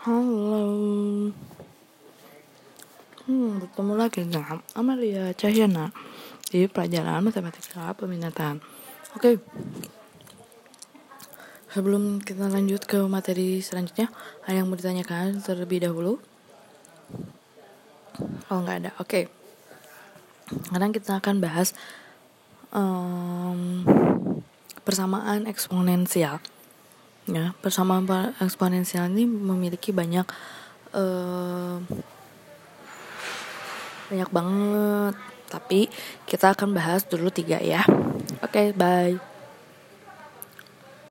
Halo, bertemu lagi dengan Amalia Cahyana di pelajaran matematika peminatan. Oke, sebelum kita lanjut ke materi selanjutnya, ada yang mau ditanyakan terlebih dahulu? Oh, nggak ada. Oke, sekarang kita akan bahas persamaan eksponensial. Ya, persamaan eksponensial ini memiliki banyak banget, tapi kita akan bahas dulu 3 ya. Oke, bye.